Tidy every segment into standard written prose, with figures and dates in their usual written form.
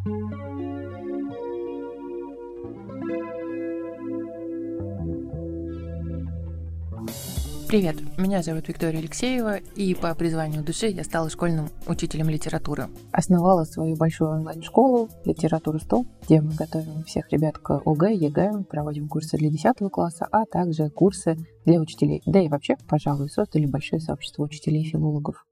Привет, меня зовут Виктория Алексеева, и по призванию души я стала школьным учителем литературы. Основала свою большую онлайн-школу «Литература 100», где мы готовим всех ребят к ОГЭ, ЕГЭ, проводим курсы для 10 класса, а также курсы для учителей. Да и вообще, пожалуй, создали большое сообщество учителей и филологов.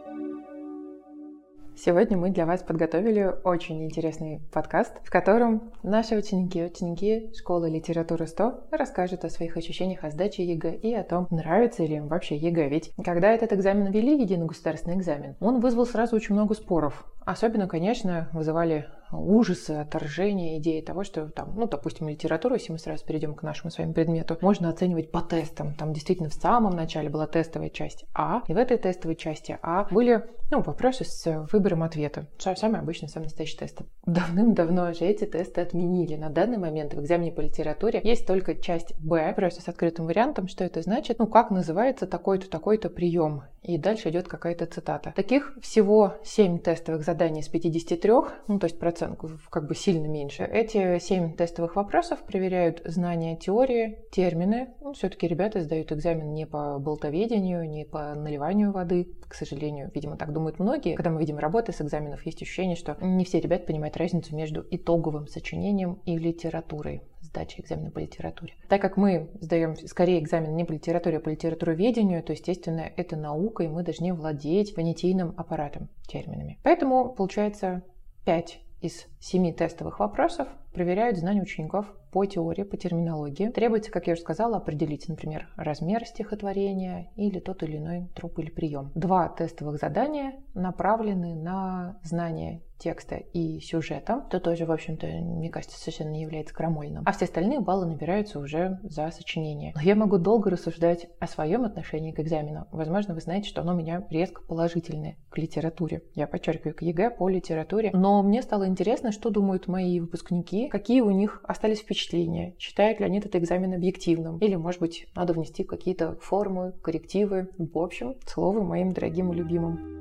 Сегодня мы для вас подготовили очень интересный подкаст, в котором наши ученики школы «Литература 100» расскажут о своих ощущениях о сдаче ЕГЭ и о том, нравится ли им вообще ЕГЭ. Ведь когда этот экзамен ввели, единый государственный экзамен, он вызвал сразу очень много споров. Особенно, конечно, вызывали ужасы, отторжение, идеи того, что там, допустим, литературу, если мы сразу перейдем к нашему с вами предмету, можно оценивать по тестам. Там действительно в самом начале была тестовая часть А, и в этой тестовой части А были, вопросы с выбором ответа. Самый обычный, самый настоящий тест. Давным-давно же эти тесты отменили. На данный момент в экзамене по литературе есть только часть Б, просто с открытым вариантом, что это значит, как называется такой-то, такой-то прием. И дальше идет какая-то цитата. Таких всего 7 тестовых заданий из 53, то есть процент как бы сильно меньше. Эти 7 тестовых вопросов проверяют знания теории, термины. Все-таки ребята сдают экзамен не по болтоведению, не по наливанию воды, к сожалению. Видимо, так думают многие. Когда мы видим работы с экзаменов, есть ощущение, что не все ребята понимают разницу между итоговым сочинением и литературой. Сдачи экзамена по литературе. Так как мы сдаем скорее экзамен не по литературе, а по литературоведению, то, естественно, это наука, и мы должны владеть понятийным аппаратом, терминами. Поэтому, получается, 5 из 7 тестовых вопросов проверяют знания учеников по теории, по терминологии. Требуется, как я уже сказала, определить, например, размер стихотворения или тот или иной троп или прием. 2 тестовых задания направлены на знание текста и сюжета. Это тоже, в общем-то, мне кажется, совершенно не является крамольным. А все остальные баллы набираются уже за сочинение. Но я могу долго рассуждать о своем отношении к экзамену. Возможно, вы знаете, что оно у меня резко положительное к литературе. Я подчеркиваю, к ЕГЭ по литературе. Но мне стало интересно, что думают мои выпускники, какие у них остались впечатления, считают ли они этот экзамен объективным. Или, может быть, надо внести какие-то формы, коррективы. В общем, слово моим дорогим и любимым.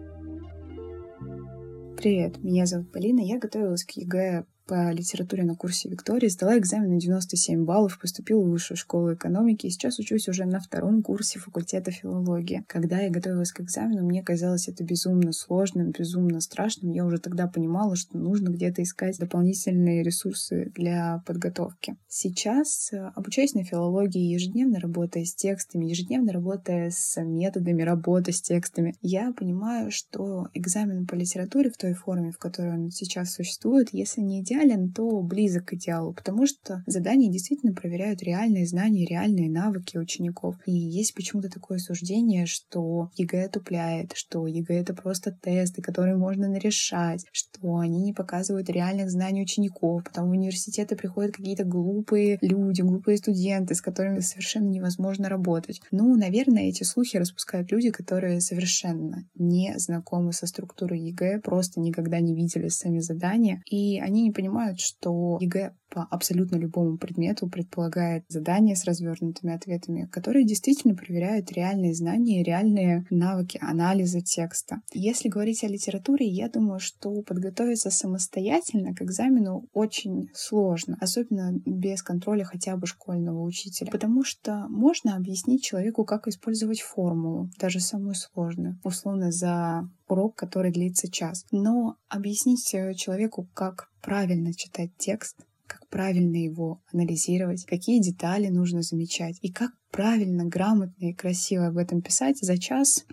Привет, меня зовут Полина, я готовилась к ЕГЭ по литературе на курсе Виктории, сдала экзамен на 97 баллов, поступила в высшую школу экономики и сейчас учусь уже на 2-м курсе факультета филологии. Когда я готовилась к экзамену, мне казалось это безумно сложным, безумно страшным. Я уже тогда понимала, что нужно где-то искать дополнительные ресурсы для подготовки. Сейчас, обучаясь на филологии, ежедневно работая с текстами, ежедневно работая с методами работы с текстами, я понимаю, что экзамен по литературе в той форме, в которой он сейчас существует, если не идеален, то близок к идеалу, потому что задания действительно проверяют реальные знания, реальные навыки учеников. И есть почему-то такое суждение, что ЕГЭ тупляет, что ЕГЭ — это просто тесты, которые можно нарешать, что они не показывают реальных знаний учеников, потом в университеты приходят какие-то глупые люди, глупые студенты, с которыми совершенно невозможно работать. Наверное, эти слухи распускают люди, которые совершенно не знакомы со структурой ЕГЭ, просто никогда не видели сами задания, и они не понимают, что ЕГЭ по абсолютно любому предмету предполагает задания с развернутыми ответами, которые действительно проверяют реальные знания, реальные навыки анализа текста. Если говорить о литературе, я думаю, что подготовиться самостоятельно к экзамену очень сложно, особенно без контроля хотя бы школьного учителя, потому что можно объяснить человеку, как использовать формулу, даже самую сложную, условно за урок, который длится час. Но объяснить человеку, как правильно читать текст, как правильно его анализировать, какие детали нужно замечать и как правильно, грамотно и красиво об этом писать за час,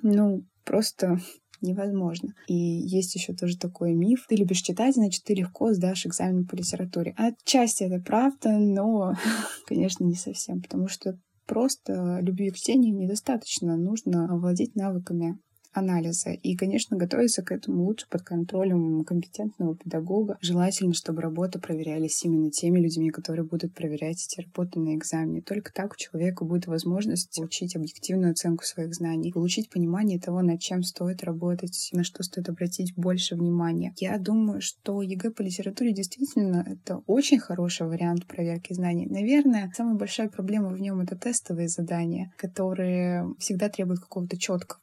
просто невозможно. И есть еще тоже такой миф. Ты любишь читать, значит, ты легко сдашь экзамен по литературе. Отчасти это правда, но, конечно, не совсем, потому что просто любви к чтению недостаточно. Нужно овладеть навыками анализа. И, конечно, готовиться к этому лучше под контролем компетентного педагога. Желательно, чтобы работы проверялись именно теми людьми, которые будут проверять эти работы на экзамене. Только так у человека будет возможность получить объективную оценку своих знаний, получить понимание того, над чем стоит работать, на что стоит обратить больше внимания. Я думаю, что ЕГЭ по литературе действительно это очень хороший вариант проверки знаний. Наверное, самая большая проблема в нем — это тестовые задания, которые всегда требуют какого-то четкого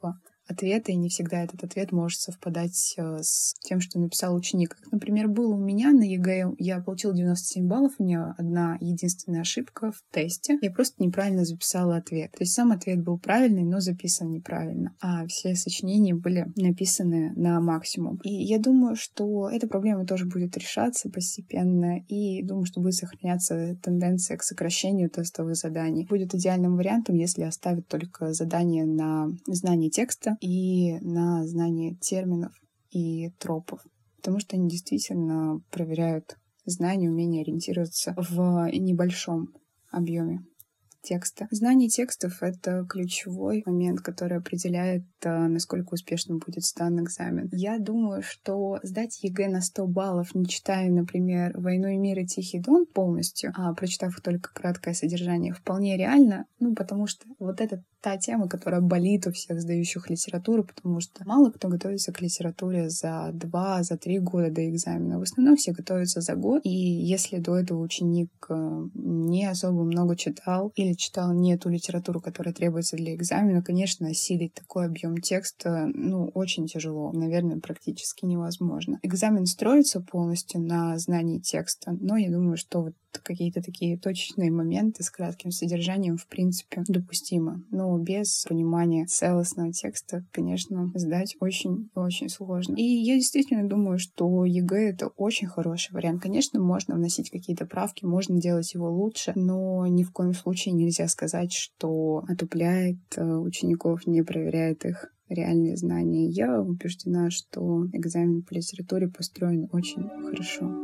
ответа, и не всегда этот ответ может совпадать с тем, что написал ученик. Как, например, было у меня на ЕГЭ, я получила 97 баллов, у меня одна единственная ошибка в тесте. Я просто неправильно записала ответ. То есть сам ответ был правильный, но записан неправильно. А все сочинения были написаны на максимум. И я думаю, что эта проблема тоже будет решаться постепенно, и думаю, что будет сохраняться тенденция к сокращению тестовых заданий. Будет идеальным вариантом, если оставят только задания на знание текста и на знание терминов и тропов, потому что они действительно проверяют знания, умение ориентироваться в небольшом объеме текста. Знание текстов — это ключевой момент, который определяет, насколько успешным будет сдан экзамен. Я думаю, что сдать ЕГЭ на 100 баллов, не читая, например, «Войну и мир» и «Тихий дон» полностью, а прочитав только краткое содержание, вполне реально, потому что вот это та тема, которая болит у всех сдающих литературу, потому что мало кто готовится к литературе за 2-3 года до экзамена. В основном все готовятся за год, и если до этого ученик не особо много читал или читал не ту литературу, которая требуется для экзамена, конечно, осилить такой объем текста, очень тяжело, наверное, практически невозможно. Экзамен строится полностью на знании текста, но я думаю, что вот какие-то такие точечные моменты с кратким содержанием, в принципе, допустимо. Но без понимания целостного текста, конечно, сдать очень сложно. И я действительно думаю, что ЕГЭ — это очень хороший вариант. Конечно, можно вносить какие-то правки, можно делать его лучше, но ни в коем случае нельзя сказать, что отупляет учеников, не проверяет их реальные знания. Я убеждена, что экзамен по литературе построен очень хорошо.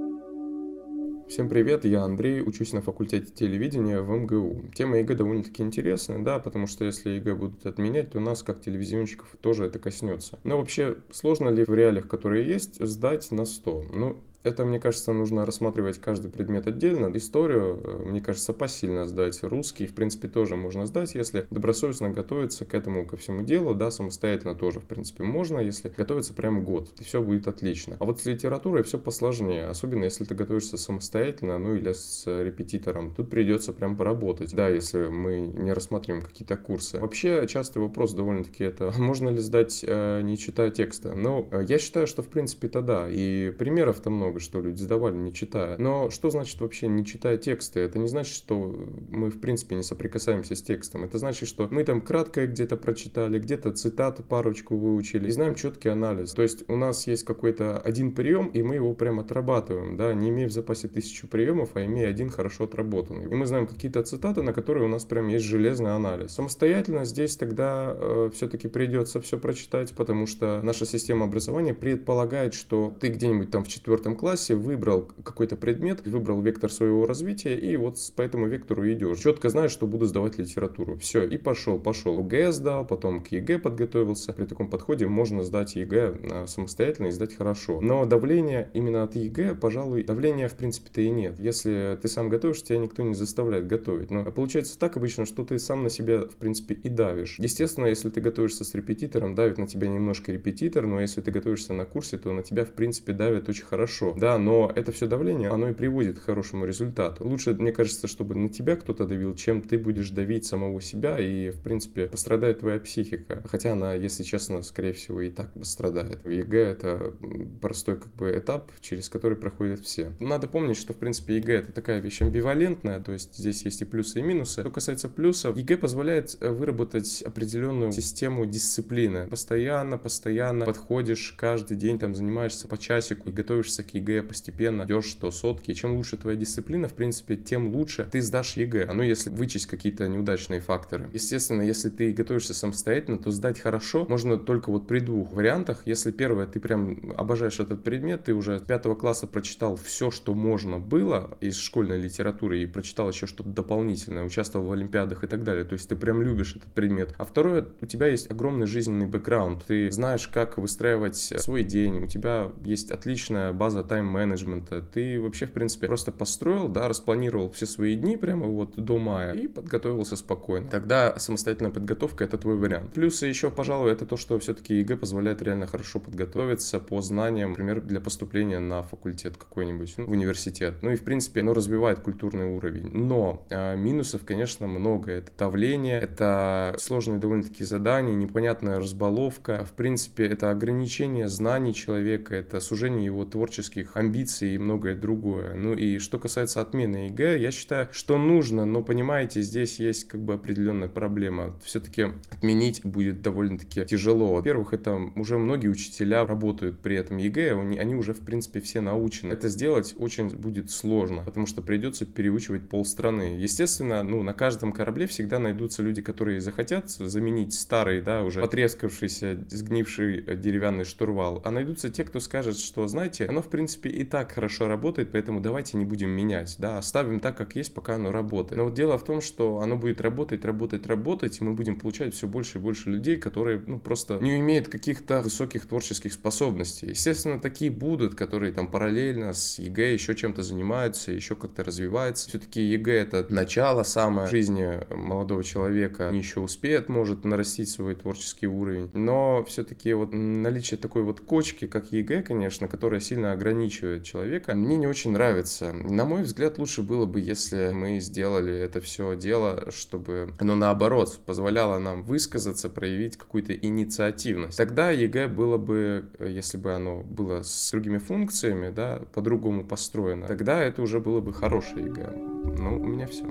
Всем привет, я Андрей, учусь на факультете телевидения в МГУ. Тема ЕГЭ довольно-таки интересная, да, потому что если ЕГЭ будут отменять, то нас, как телевизионщиков, тоже это коснется. Но вообще, сложно ли в реалиях, которые есть, сдать на 100? Это, мне кажется, нужно рассматривать каждый предмет отдельно. Историю, мне кажется, посильно сдать. Русский, в принципе, тоже можно сдать, если добросовестно готовиться к этому, ко всему делу. Да, самостоятельно тоже, в принципе, можно, если готовиться прямо год. И все будет отлично. А вот с литературой все посложнее. Особенно, если ты готовишься самостоятельно, или с репетитором. Тут придется прям поработать. Да, если мы не рассматриваем какие-то курсы. Вообще, частый вопрос довольно-таки это, можно ли сдать, не читая текста? Я считаю, что, в принципе, это да. И примеров-то много, что люди сдавали, не читая. Но что значит вообще не читая тексты? Это не значит, что мы в принципе не соприкасаемся с текстом. Это значит, что мы там краткое где-то прочитали, где-то цитату парочку выучили и знаем четкий анализ. То есть у нас есть какой-то один прием, и мы его прям отрабатываем, да, не имея в запасе 1000 приемов, а имея один хорошо отработанный. И мы знаем какие-то цитаты, на которые у нас прям есть железный анализ. Самостоятельно здесь тогда все-таки придется все прочитать, потому что наша система образования предполагает, что ты где-нибудь там в 4 классе выбрал какой-то предмет, выбрал вектор своего развития, и вот по этому вектору идешь. Четко знаешь, что буду сдавать литературу. Все, и пошел. ОГЭ сдал, потом к ЕГЭ подготовился. При таком подходе можно сдать ЕГЭ самостоятельно и сдать хорошо. Но давление именно от ЕГЭ, пожалуй, давления в принципе-то и нет. Если ты сам готовишь, тебя никто не заставляет готовить. Но получается так обычно, что ты сам на себя в принципе и давишь. Естественно, если ты готовишься с репетитором, давит на тебя немножко репетитор, но если ты готовишься на курсе, то на тебя в принципе давит очень хорошо. Да, но это все давление, оно и приводит к хорошему результату. Лучше, мне кажется, чтобы на тебя кто-то давил, чем ты будешь давить самого себя, и, в принципе, пострадает твоя психика. Хотя она, если честно, скорее всего, и так пострадает. ЕГЭ — это простой этап, через который проходят все. Надо помнить, что, в принципе, ЕГЭ — это такая вещь амбивалентная, то есть здесь есть и плюсы, и минусы. Что касается плюсов, ЕГЭ позволяет выработать определенную систему дисциплины. Постоянно подходишь, каждый день там занимаешься по часику и готовишься к ЕГЭ постепенно, идешь до сотки. Чем лучше твоя дисциплина, в принципе, тем лучше ты сдашь ЕГЭ. Если вычесть какие-то неудачные факторы. Естественно, если ты готовишься самостоятельно, то сдать хорошо можно только при 2 вариантах. Если первое, ты прям обожаешь этот предмет, ты уже с 5 класса прочитал все, что можно было из школьной литературы и прочитал еще что-то дополнительное, участвовал в олимпиадах и так далее. То есть ты прям любишь этот предмет. А второе, у тебя есть огромный жизненный бэкграунд. Ты знаешь, как выстраивать свой день, у тебя есть отличная база тайм-менеджмента. Ты вообще, в принципе, просто построил, да, распланировал все свои дни прямо вот до мая и подготовился спокойно. Тогда самостоятельная подготовка — это твой вариант. Плюс еще, пожалуй, это то, что все-таки ЕГЭ позволяет реально хорошо подготовиться по знаниям, например, для поступления на факультет какой-нибудь, в университет. Ну и, в принципе, оно развивает культурный уровень. Но минусов, конечно, много. Это давление, это сложные довольно-таки задания, непонятная разбаловка. В принципе, это ограничение знаний человека, это сужение его творческих амбиций и многое другое. Ну и что касается отмены ЕГЭ, я считаю, что нужно, но, понимаете, здесь есть как бы определенная проблема. Все-таки отменить будет довольно-таки тяжело. Во-первых, это уже многие учителя работают при этом ЕГЭ, они уже, в принципе, все научены. Это сделать очень будет сложно, потому что придется переучивать полстраны. Естественно, на каждом корабле всегда найдутся люди, которые захотят заменить старый, да, уже потрескавшийся, сгнивший деревянный штурвал, а найдутся те, кто скажет, что, знаете, оно, в принципе, и так хорошо работает, поэтому давайте не будем менять, да, оставим так, как есть, пока оно работает. Но вот дело в том, что оно будет работать, и мы будем получать все больше и больше людей, которые, просто не имеют каких-то высоких творческих способностей. Естественно, такие будут, которые там параллельно с ЕГЭ еще чем-то занимаются, еще как-то развиваются. Все-таки ЕГЭ — это начало самое жизни молодого человека. Он еще успеет, может, нарастить свой творческий уровень. Но все-таки вот наличие такой вот кочки, как ЕГЭ, конечно, которая сильно ограничивает человека, мне не очень нравится. На мой взгляд, лучше было бы, если мы сделали это все дело, чтобы оно, наоборот, позволяло нам высказаться, проявить какую-то инициативность. Тогда ЕГЭ было бы, если бы оно было с другими функциями, да, по-другому построено, тогда это уже было бы хорошее ЕГЭ. У меня все.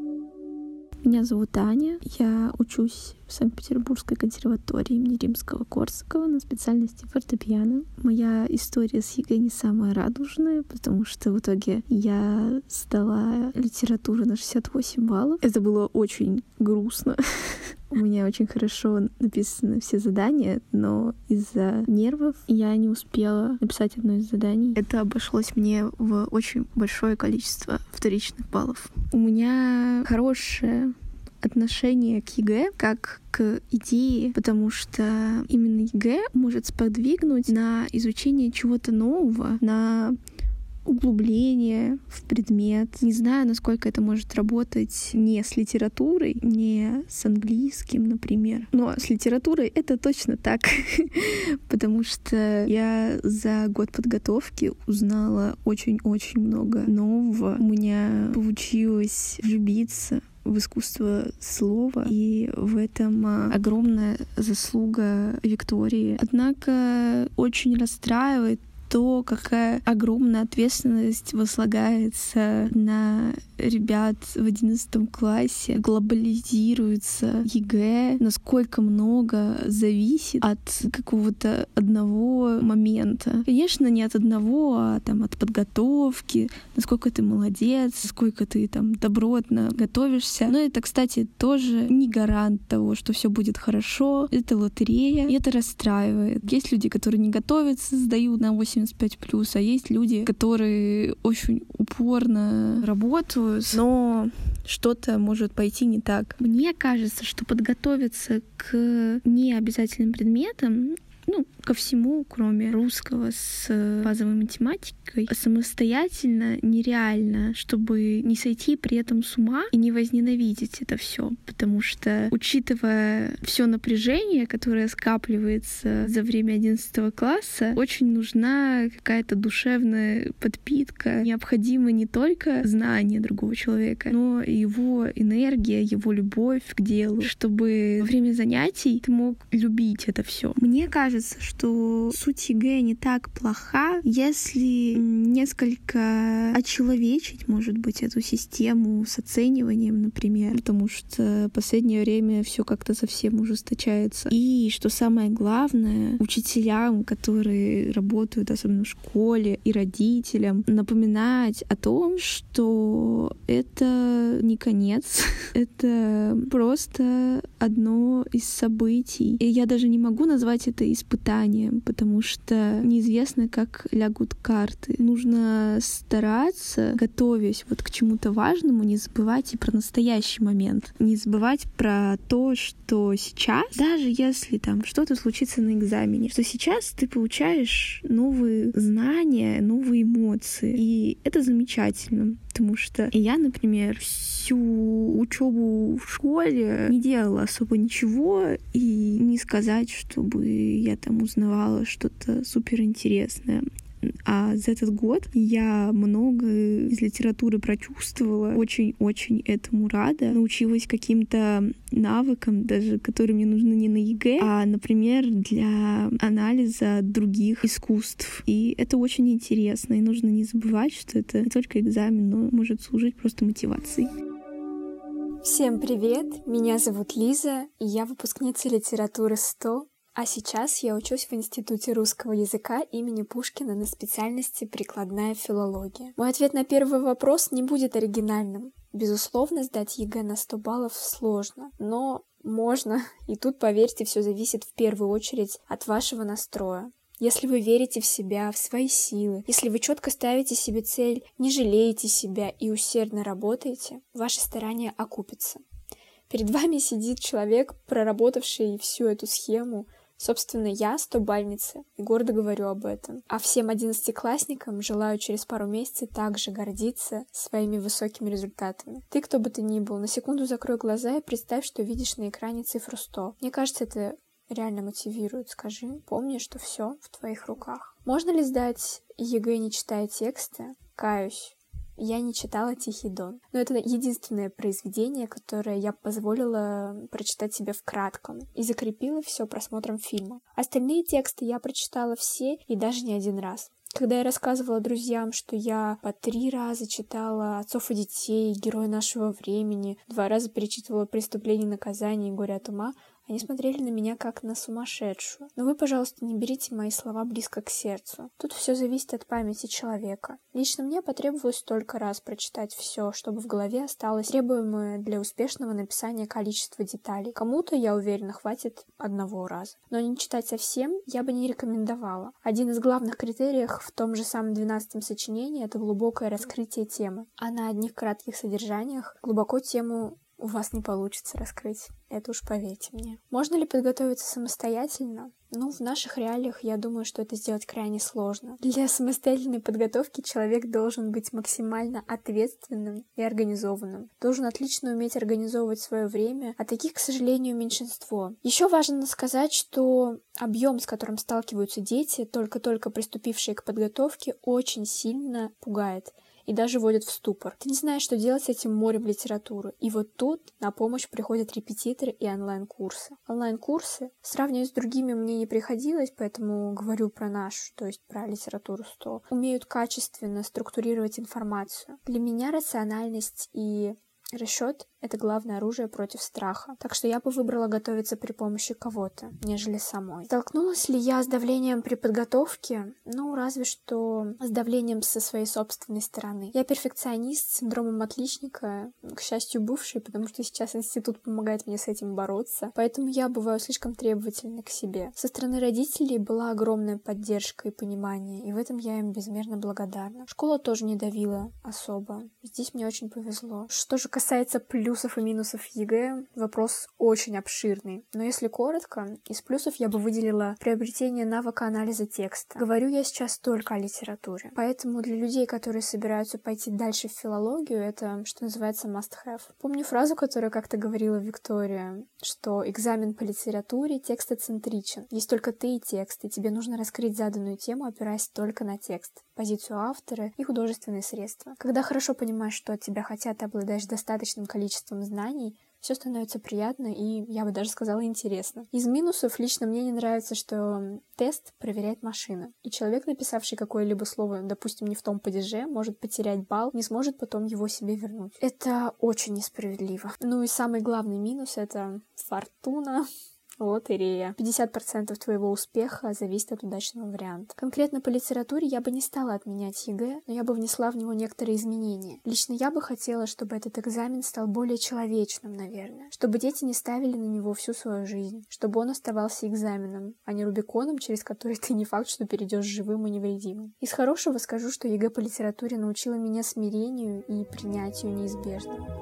Меня зовут Аня, я учусь в Санкт-Петербургской консерватории имени Римского-Корсакова на специальности фортепиано. Моя история с ЕГЭ не самая радужная, потому что в итоге я сдала литературу на 68 баллов. Это было очень грустно. У меня очень хорошо написаны все задания, но из-за нервов я не успела написать одно из заданий. Это обошлось мне в очень большое количество вторичных баллов. У меня хорошее отношение к ЕГЭ как к идее, потому что именно ЕГЭ может сподвигнуть на изучение чего-то нового, на углубление в предмет. Не знаю, насколько это может работать не с литературой, не с английским, например. Но с литературой это точно так. Потому что я за год подготовки узнала очень-очень много нового. У меня получилось влюбиться в искусство слова, и в этом огромная заслуга Виктории. Однако очень расстраивает то, какая огромная ответственность возлагается на ребят в 11 классе, глобализируется ЕГЭ, насколько много зависит от какого-то одного момента. Конечно, не от одного, а от подготовки, насколько ты молодец, сколько ты добротно готовишься. Но это, кстати, тоже не гарант того, что все будет хорошо. Это лотерея, и это расстраивает. Есть люди, которые не готовятся, сдают на 85+, а есть люди, которые очень упорно работают, но что-то может пойти не так. Мне кажется, что подготовиться к необязательным предметам, ко всему, кроме русского с базовой математикой, самостоятельно нереально, чтобы не сойти при этом с ума и не возненавидеть это все. Потому что, учитывая все напряжение, которое скапливается за время 11 класса, очень нужна какая-то душевная подпитка. Необходимо не только знание другого человека, но и его энергия, его любовь к делу, чтобы во время занятий ты мог любить это все. Мне кажется, что суть ЕГЭ не так плоха, если несколько очеловечить, может быть, эту систему с оцениванием, например, потому что в последнее время все как-то совсем ужесточается. И, что самое главное, учителям, которые работают, особенно в школе, и родителям, напоминать о том, что это не конец, это просто одно из событий. И я даже не могу назвать это испытанием. знаниям, потому что неизвестно, как лягут карты. Нужно стараться, готовясь вот к чему-то важному, не забывать и про настоящий момент. Не забывать про то, что сейчас, даже если там что-то случится на экзамене, что сейчас ты получаешь новые знания, новые эмоции. И это замечательно, потому что я, например, всю учебу в школе не делала особо ничего, и не сказать, чтобы я там узнавала что-то суперинтересное. А за этот год я много из литературы прочувствовала, очень-очень этому рада. Научилась каким-то навыкам, даже которые мне нужны не на ЕГЭ, а, например, для анализа других искусств. И это очень интересно, и нужно не забывать, что это не только экзамен, но может служить просто мотивацией. Всем привет! Меня зовут Лиза, и я выпускница литературы 100. А сейчас я учусь в Институте русского языка имени Пушкина на специальности прикладная филология. Мой ответ на первый вопрос не будет оригинальным. Безусловно, сдать ЕГЭ на 100 баллов сложно, но можно. И тут, поверьте, все зависит в первую очередь от вашего настроя. Если вы верите в себя, в свои силы, если вы четко ставите себе цель, не жалеете себя и усердно работаете, ваши старания окупятся. Перед вами сидит человек, проработавший всю эту схему. Собственно, я 100-бальница, и гордо говорю об этом. А всем 11-классникам желаю через пару месяцев также гордиться своими высокими результатами. Ты, кто бы ты ни был, на секунду закрой глаза и представь, что видишь на экране цифру 100. Мне кажется, это реально мотивирует. Скажи, помни, что все в твоих руках. Можно ли сдать ЕГЭ, не читая тексты? Каюсь. Я не читала «Тихий Дон», но это единственное произведение, которое я позволила прочитать себе вкратце и закрепила все просмотром фильма. Остальные тексты я прочитала все и даже не один раз. Когда я рассказывала друзьям, что я по 3 раза читала «Отцов и детей», «Герои нашего времени», 2 раза перечитывала «Преступление и наказание» и «Горе от ума», они смотрели на меня как на сумасшедшую. Но вы, пожалуйста, не берите мои слова близко к сердцу. Тут все зависит от памяти человека. Лично мне потребовалось только раз прочитать все, чтобы в голове осталось требуемое для успешного написания количество деталей. Кому-то, я уверена, хватит 1 раза. Но не читать совсем я бы не рекомендовала. Один из главных критериев в том же самом 12-м сочинении — это глубокое раскрытие темы. А на одних кратких содержаниях глубоко тему у вас не получится раскрыть. Это уж поверьте мне. Можно ли подготовиться самостоятельно? В наших реалиях я думаю, что это сделать крайне сложно. Для самостоятельной подготовки человек должен быть максимально ответственным и организованным. Должен отлично уметь организовывать свое время, а таких, к сожалению, меньшинство. Еще важно сказать, что объем, с которым сталкиваются дети, только-только приступившие к подготовке, очень сильно пугает и даже вводит в ступор. Ты не знаешь, что делать с этим морем литературы. И вот тут на помощь приходят репетиторы и онлайн-курсы. Онлайн-курсы, сравнивать с другими мне не приходилось, поэтому говорю про нашу, то есть про литературу 100. Умеют качественно структурировать информацию. Для меня рациональность и расчет — это главное оружие против страха. Так что я бы выбрала готовиться при помощи кого-то, нежели самой. Столкнулась ли я с давлением при подготовке? Разве что с давлением со своей собственной стороны. Я перфекционист с синдромом отличника, к счастью, бывший, потому что сейчас институт помогает мне с этим бороться. Поэтому я бываю слишком требовательна к себе. Со стороны родителей была огромная поддержка и понимание, и в этом я им безмерно благодарна. Школа тоже не давила особо. Здесь мне очень повезло. Что же касается плюсов и минусов ЕГЭ, вопрос очень обширный. Но если коротко, из плюсов я бы выделила приобретение навыка анализа текста. Говорю я сейчас только о литературе. Поэтому для людей, которые собираются пойти дальше в филологию, это, что называется, must-have. Помню фразу, которую как-то говорила Виктория, что экзамен по литературе текстоцентричен. Есть только ты и текст, и тебе нужно раскрыть заданную тему, опираясь только на текст, позицию автора и художественные средства. Когда хорошо понимаешь, что от тебя хотят, и обладаешь достаточным количеством знаний, все становится приятно и, я бы даже сказала, интересно. Из минусов лично мне не нравится, что тест проверяет машина. И человек, написавший какое-либо слово, допустим, не в том падеже, может потерять балл, не сможет потом его себе вернуть. Это очень несправедливо. И самый главный минус — это фортуна. Лотерея. 50% твоего успеха зависит от удачного варианта. Конкретно по литературе я бы не стала отменять ЕГЭ, но я бы внесла в него некоторые изменения. Лично я бы хотела, чтобы этот экзамен стал более человечным, наверное. Чтобы дети не ставили на него всю свою жизнь. Чтобы он оставался экзаменом, а не рубиконом, через который ты не факт, что перейдешь живым и невредимым. Из хорошего скажу, что ЕГЭ по литературе научила меня смирению и принятию неизбежного.